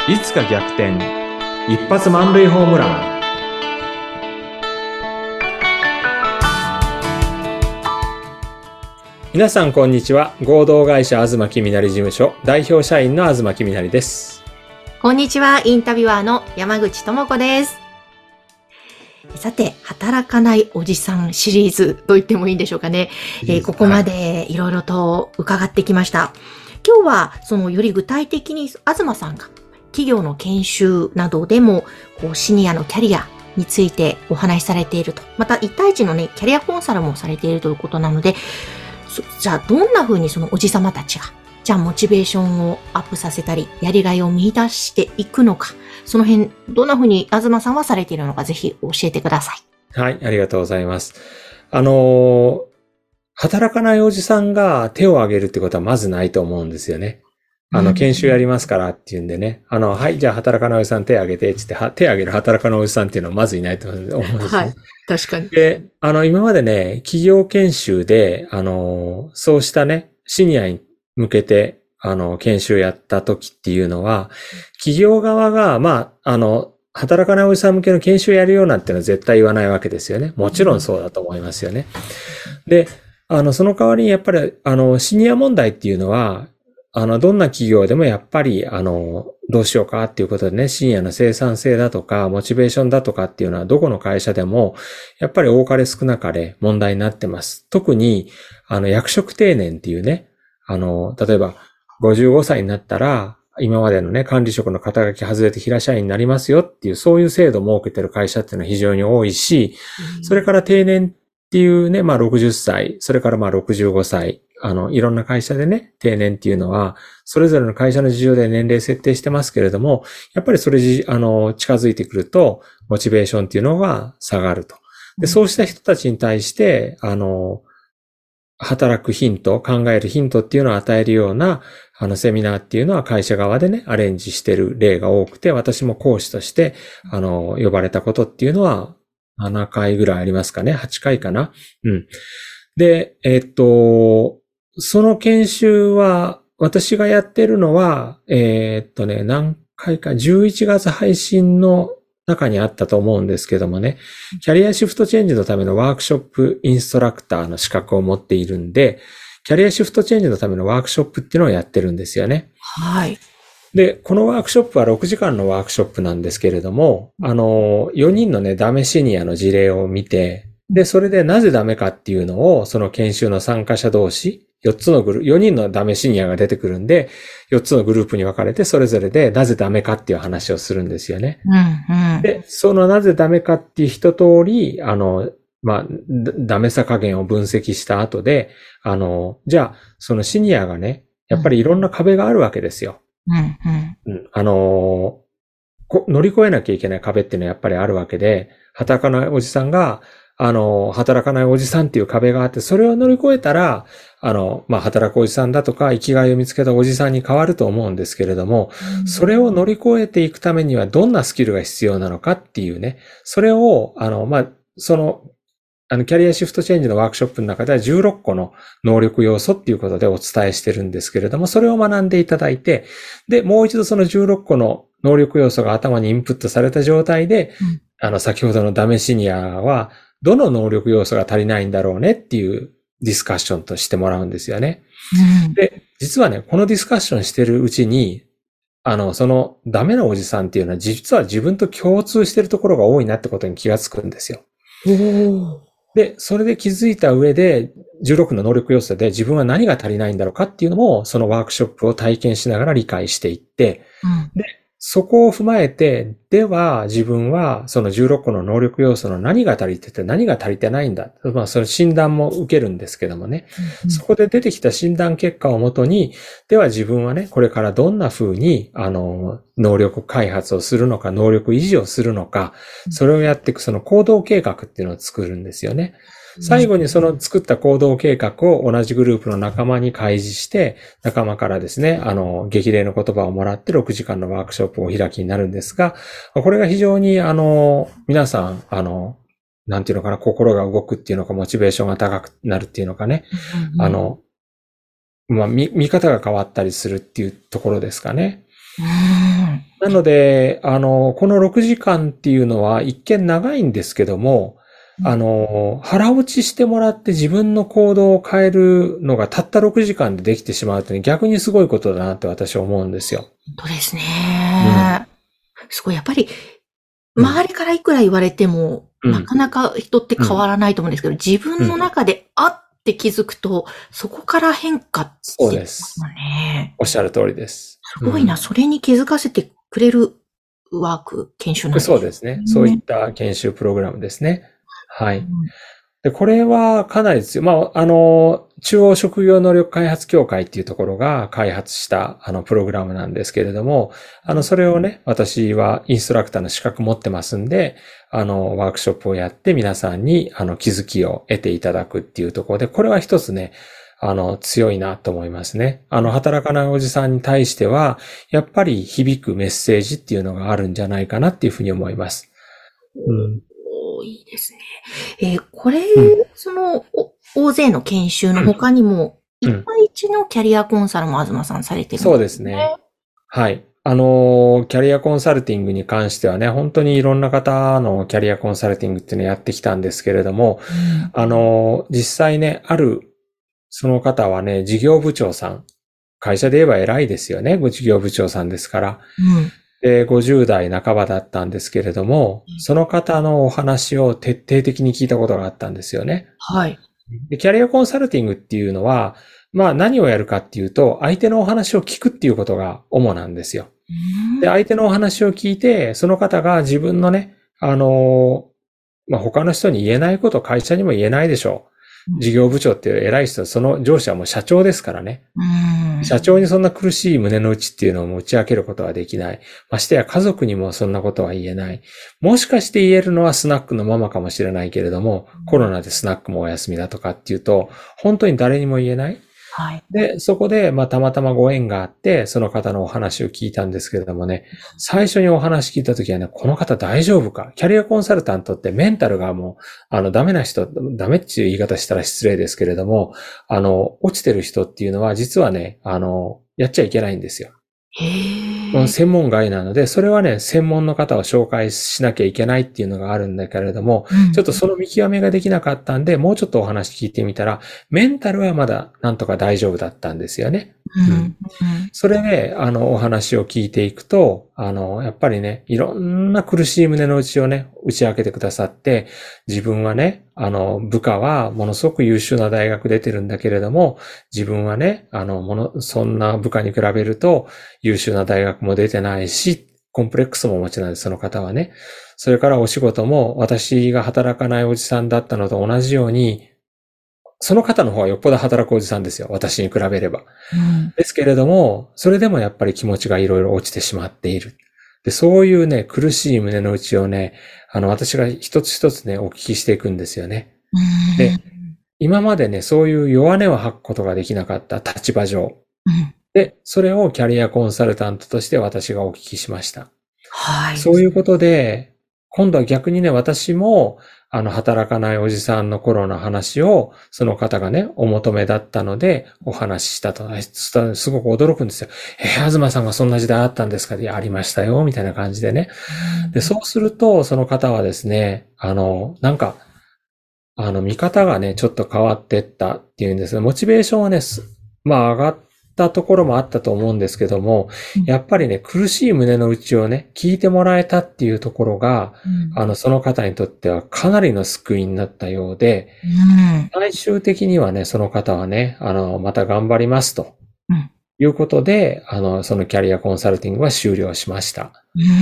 いつか逆転、一発満塁ホームラン。皆さんこんにちは。合同会社東木みなり事務所代表社員の東木みなりです。 こんにちは。インタビュアーの山口智子です。さて、働かないおじさんシリーズと言ってもいいんでしょうかね。ここまでいろいろと伺ってきました。今日はそのより具体的に東さんが企業の研修などでもシニアのキャリアについてお話しされていると。また1対1のね、キャリアコンサルもされているということなので、じゃあどんな風にそのおじさまたちがじゃあモチベーションをアップさせたり、やりがいを見出していくのか、その辺、どんな風に東さんはされているのか、ぜひ教えてください。 はい、ありがとうございます。働かないおじさんが手を挙げるってことはまずないと思うんですよね。研修やりますからっていうんでね。はい、じゃあ働かないおじさん手挙げてって言って、手挙げる働かないおじさんっていうのはまずいないと思うんですね。 はい、確かに。 で、今までね、企業研修で、そうしたね、シニアに向けて、研修やった時っていうのは、企業側が、働かないおじさん向けの研修やるようなんてのは絶対言わないわけですよね。もちろんそうだと思いますよね。で、その代わりにやっぱり、シニア問題っていうのは、どんな企業でもやっぱり、どうしようかっていうことでね、シニアの生産性だとか、モチベーションだとかっていうのは、どこの会社でも、やっぱり多かれ少なかれ問題になってます。特に、役職定年っていうね、例えば、55歳になったら、今までのね、管理職の肩書き外れて平社員になりますよっていう、そういう制度を設けてる会社っていうのは非常に多いし、それから定年っていうね、60歳、それから65歳、いろんな会社でね、定年っていうのは、それぞれの会社の事情で年齢設定してますけれども、やっぱりそれ近づいてくると、モチベーションっていうのが下がると。で、そうした人たちに対して、働くヒント、考えるヒントっていうのを与えるような、セミナーっていうのは会社側でね、アレンジしてる例が多くて、私も講師として、呼ばれたことっていうのは、7回ぐらいありますかね。8回かな。うん。で、その研修は、私がやってるのは、何回か、11月配信の中にあったと思うんですけどもね、キャリアシフトチェンジのためのワークショップインストラクターの資格を持っているんで、キャリアシフトチェンジのためのワークショップっていうのをやってるんですよね。 はい。 で、このワークショップは6時間のワークショップなんですけれども、4人のね、ダメシニアの事例を見て、で、それでなぜダメかっていうのを、その研修の参加者同士、4人のダメシニアが出てくるんで、4つのグループに分かれて、それぞれでなぜダメかっていう話をするんですよね。で、そのなぜダメかっていう一通り、ダメさ加減を分析した後で、じゃあ、そのシニアがね、やっぱりいろんな壁があるわけですよ。乗り越えなきゃいけない壁っていうのはやっぱりあるわけで、働かないおじさんが、働かないおじさんっていう壁があって、それを乗り越えたら、働くおじさんだとか、生きがいを見つけたおじさんに変わると思うんですけれども、それを乗り越えていくためにはどんなスキルが必要なのかっていうね、それを、キャリアシフトチェンジのワークショップの中では16個の能力要素っていうことでお伝えしてるんですけれども、それを学んでいただいて、で、もう一度その16個の能力要素が頭にインプットされた状態で、先ほどのダメシニアは、どの能力要素が足りないんだろうねっていうディスカッションとしてもらうんですよね。で、実はね、このディスカッションしてるうちに、そのダメなおじさんっていうのは実は自分と共通してるところが多いなってことに気がつくんですよ。で、それで気づいた上で、16の能力要素で自分は何が足りないんだろうかっていうのも、そのワークショップを体験しながら理解していって、で、そこを踏まえて、では自分はその16個の能力要素の何が足りてて何が足りてないんだ。その診断も受けるんですけどもね。そこで出てきた診断結果をもとに、では自分はね、これからどんな風に、能力開発をするのか、能力維持をするのか、それをやっていくその行動計画っていうのを作るんですよね。最後にその作った行動計画を同じグループの仲間に開示して、仲間からですね、激励の言葉をもらって6時間のワークショップをお開きになるんですが、これが非常に皆さん、なんていうのかな、心が動くっていうのか、モチベーションが高くなるっていうのかね、見方が変わったりするっていうところですかね。 なので、この6時間っていうのは一見長いんですけども、腹落ちしてもらって自分の行動を変えるのがたった6時間でできてしまうというのは逆にすごいことだなって私は思うんですよ。 本当ですね。すごい、やっぱり、周りからいくら言われても、なかなか人って変わらないと思うんですけど、自分の中であって気づくと、そこから変化ってそうです。おっしゃる通りです。 すごいな、それに気づかせてくれるワーク、研修なんですね。 そうですね。そういった研修プログラムですね。はい。で、これはかなりですよ。中央職業能力開発協会っていうところが開発したプログラムなんですけれども、それをね、私はインストラクターの資格持ってますんで、ワークショップをやって皆さんに気づきを得ていただくっていうところで、これは一つね、強いなと思いますね。働かないおじさんに対しては、やっぱり響くメッセージっていうのがあるんじゃないかなっていうふうに思います。 いいですね。これ、大勢の研修の他にも、一対一のキャリアコンサルも東さんされてるんですね。 そうですね。はい。キャリアコンサルティングに関してはね、本当にいろんな方のキャリアコンサルティングっていうのをやってきたんですけれども、実際ね、その方はね、事業部長さん。会社で言えば偉いですよね。ご事業部長さんですから。で、50代半ばだったんですけれども、その方のお話を徹底的に聞いたことがあったんですよね。 はい。 で、キャリアコンサルティングっていうのは、何をやるかっていうと、相手のお話を聞くっていうことが主なんですよ。で、相手のお話を聞いて、その方が自分のね、他の人に言えないこと、会社にも言えないでしょう。事業部長っていう偉い人、その上司はもう社長ですからね。社長にそんな苦しい胸の内っていうのを打ち明けることはできない。ましてや家族にもそんなことは言えない。もしかして言えるのはスナックのママかもしれないけれども、コロナでスナックもお休みだとかっていうと、本当に誰にも言えない。 はい。 で、そこで、たまたまご縁があって、その方のお話を聞いたんですけれどもね、最初にお話聞いたときはね、この方大丈夫か？キャリアコンサルタントってメンタルがもう、ダメな人、ダメっていう言い方したら失礼ですけれども、落ちてる人っていうのは実はね、やっちゃいけないんですよ。専門外なので、それはね、専門の方を紹介しなきゃいけないっていうのがあるんだけれども、ちょっとその見極めができなかったんで、もうちょっとお話聞いてみたら、メンタルはまだなんとか大丈夫だったんですよね。それで、お話を聞いていくと、やっぱりね、いろんな苦しい胸の内をね、打ち明けてくださって、自分はね、部下はものすごく優秀な大学出てるんだけれども、自分はね、そんな部下に比べると優秀な大学も出てないし、コンプレックスもお持ちなんです、その方はね。それからお仕事も私が働かないおじさんだったのと同じように、その方の方はよっぽど働くおじさんですよ。私に比べれば。ですけれども、それでもやっぱり気持ちがいろいろ落ちてしまっている。で、そういうね、苦しい胸の内をね、私が一つ一つね、お聞きしていくんですよね。で、今までね、そういう弱音を吐くことができなかった立場上。で、それをキャリアコンサルタントとして私がお聞きしました。 はい。 そういうことで、今度は逆にね、私も、働かないおじさんの頃の話を、その方がね、お求めだったので、お話ししたと。すごく驚くんですよ。東さんがそんな時代あったんですか？いや、ありましたよ、みたいな感じでね。で、そうすると、その方はですね、見方がね、ちょっと変わってったっていうんですが、モチベーションはね、上がったところもあったと思うんですけども、やっぱりね、苦しい胸の内をね、聞いてもらえたっていうところが、その方にとってはかなりの救いになったようで、最終的にはね、その方はね、また頑張りますと。いうことで、そのキャリアコンサルティングは終了しました。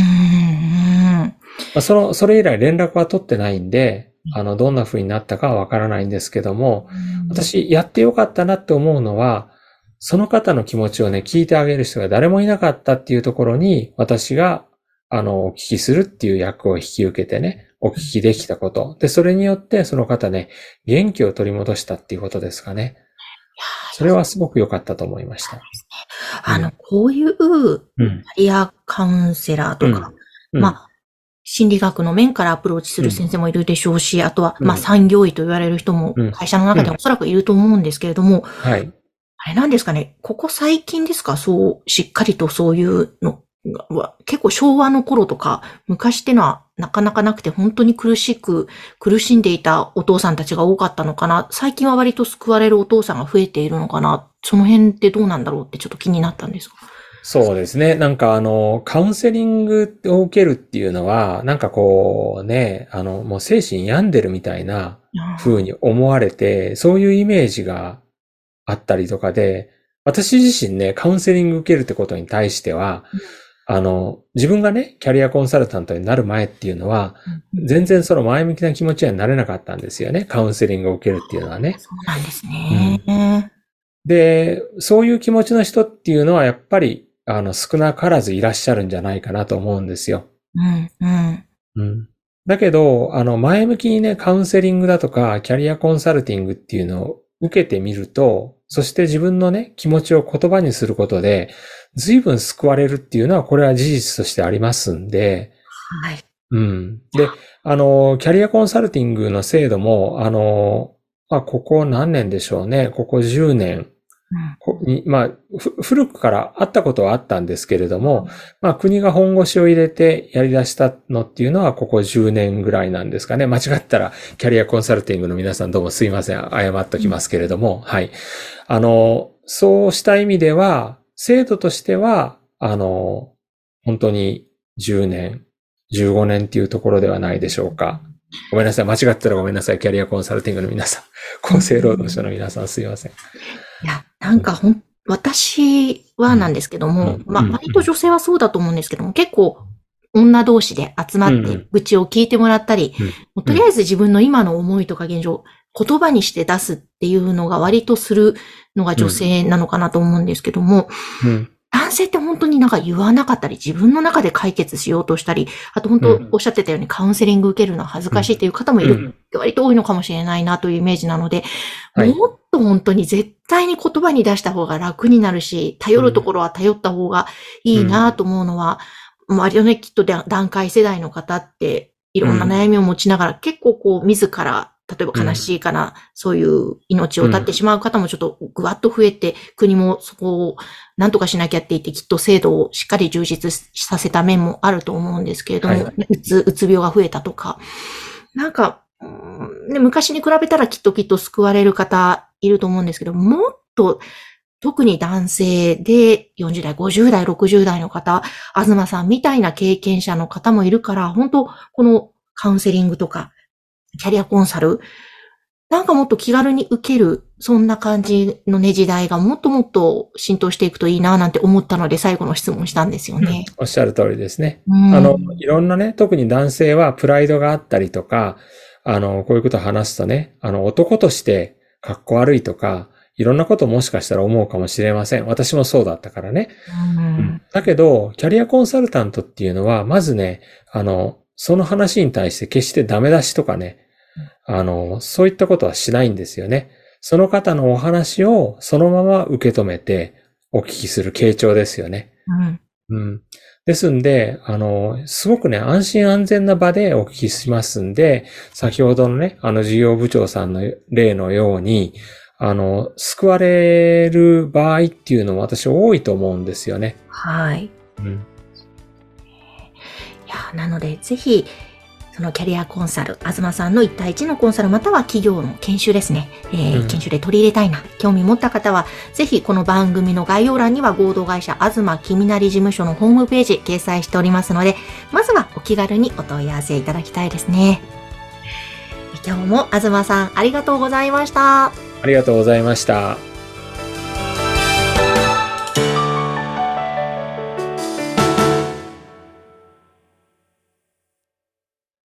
それ以来連絡は取ってないんで、どんな風になったかはわからないんですけども、私やってよかったなって思うのは、その方の気持ちをね、聞いてあげる人が誰もいなかったっていうところに、私が、お聞きするっていう役を引き受けてね、お聞きできたこと。で、それによってその方ね、元気を取り戻したっていうことですかね。それはすごく良かったと思いました。 こういうキャリアカウンセラーとか、心理学の面からアプローチする先生もいるでしょうし、あとは、産業医と言われる人も会社の中でおそらくいると思うんですけれども、あれなんですかね、ここ最近ですか、しっかりとそういうの結構昭和の頃とか、昔ってのはなかなかなくて本当に苦しんでいたお父さんたちが多かったのかな。最近は割と救われるお父さんが増えているのかな。その辺ってどうなんだろうってちょっと気になったんですが。 そうですね。なんかカウンセリングを受けるっていうのは、なんかこうね、もう精神病んでるみたいな風に思われて、そういうイメージがあったりとかで、私自身ね、カウンセリング受けるってことに対しては、自分がね、キャリアコンサルタントになる前っていうのは、全然その前向きな気持ちにはなれなかったんですよね。カウンセリングを受けるっていうのはね。 そうなんですね。 で、そういう気持ちの人っていうのはやっぱり、少なからずいらっしゃるんじゃないかなと思うんですよ。だけど、前向きにね、カウンセリングだとか、キャリアコンサルティングっていうのを受けてみると、そして自分のね、気持ちを言葉にすることで、随分救われるっていうのは、これは事実としてありますんで、 はい。 で、キャリアコンサルティングの制度も、ここ何年でしょうね。ここ10年に、古くからあったことはあったんですけれども、国が本腰を入れてやり出したのっていうのはここ10年ぐらいなんですかね。間違ったらキャリアコンサルティングの皆さんどうもすいません。謝っときますけれども、はい。そうした意味では、制度としては、本当に10年、15年っていうところではないでしょうか。ごめんなさい。間違ったらごめんなさい。キャリアコンサルティングの皆さん。厚生労働省の皆さんすいません。 いや、なんか私はなんですけども、割と女性はそうだと思うんですけども、結構女同士で集まって愚痴を聞いてもらったり、とりあえず自分の今の思いとか現状、言葉にして出すっていうのが割とするのが女性なのかなと思うんですけども、男性って本当になんか言わなかったり、自分の中で解決しようとしたり、あと本当おっしゃってたようにカウンセリング受けるのは恥ずかしいっていう方もいる、割と多いのかもしれないなというイメージなので、もっと本当に絶対に言葉に出した方が楽になるし、頼るところは頼った方がいいなと思うのは、割とね、きっと団塊世代の方っていろんな悩みを持ちながら、結構こう自ら例えば悲しいかな、そういう命を絶ってしまう方もちょっとぐわっと増えて、国もそこを何とかしなきゃって言って、きっと制度をしっかり充実させた面もあると思うんですけれども、うつ病が増えたとか、なんか、昔に比べたらきっと救われる方いると思うんですけど、もっと特に男性で40代、50代、60代の方、東さんみたいな経験者の方もいるから、本当このカウンセリングとか、キャリアコンサル、なんかもっと気軽に受ける、そんな感じのね、時代がもっともっと浸透していくといいななんて思ったので、最後の質問したんですよね。 おっしゃる通りですね。いろんなね、特に男性はプライドがあったりとか、こういうことを話すとね、男としてかっこ悪いとか、いろんなこともしかしたら思うかもしれません。私もそうだったからね。だけど、キャリアコンサルタントっていうのは、まずね、その話に対して決してダメ出しとかね、そういったことはしないんですよね。その方のお話をそのまま受け止めてお聞きする傾聴ですよね。ですんで、すごくね、安心安全な場でお聞きしますんで、先ほどのね、事業部長さんの例のように、救われる場合っていうのも私多いと思うんですよね。 はい。なので、ぜひ、そのキャリアコンサル、東さんの1対1のコンサル、または企業の研修ですね。研修で取り入れたいな、興味持った方は、ぜひこの番組の概要欄には合同会社東君成事務所のホームページ掲載しておりますので、まずはお気軽にお問い合わせいただきたいですね。今日も東さんありがとうございました。 ありがとうございました。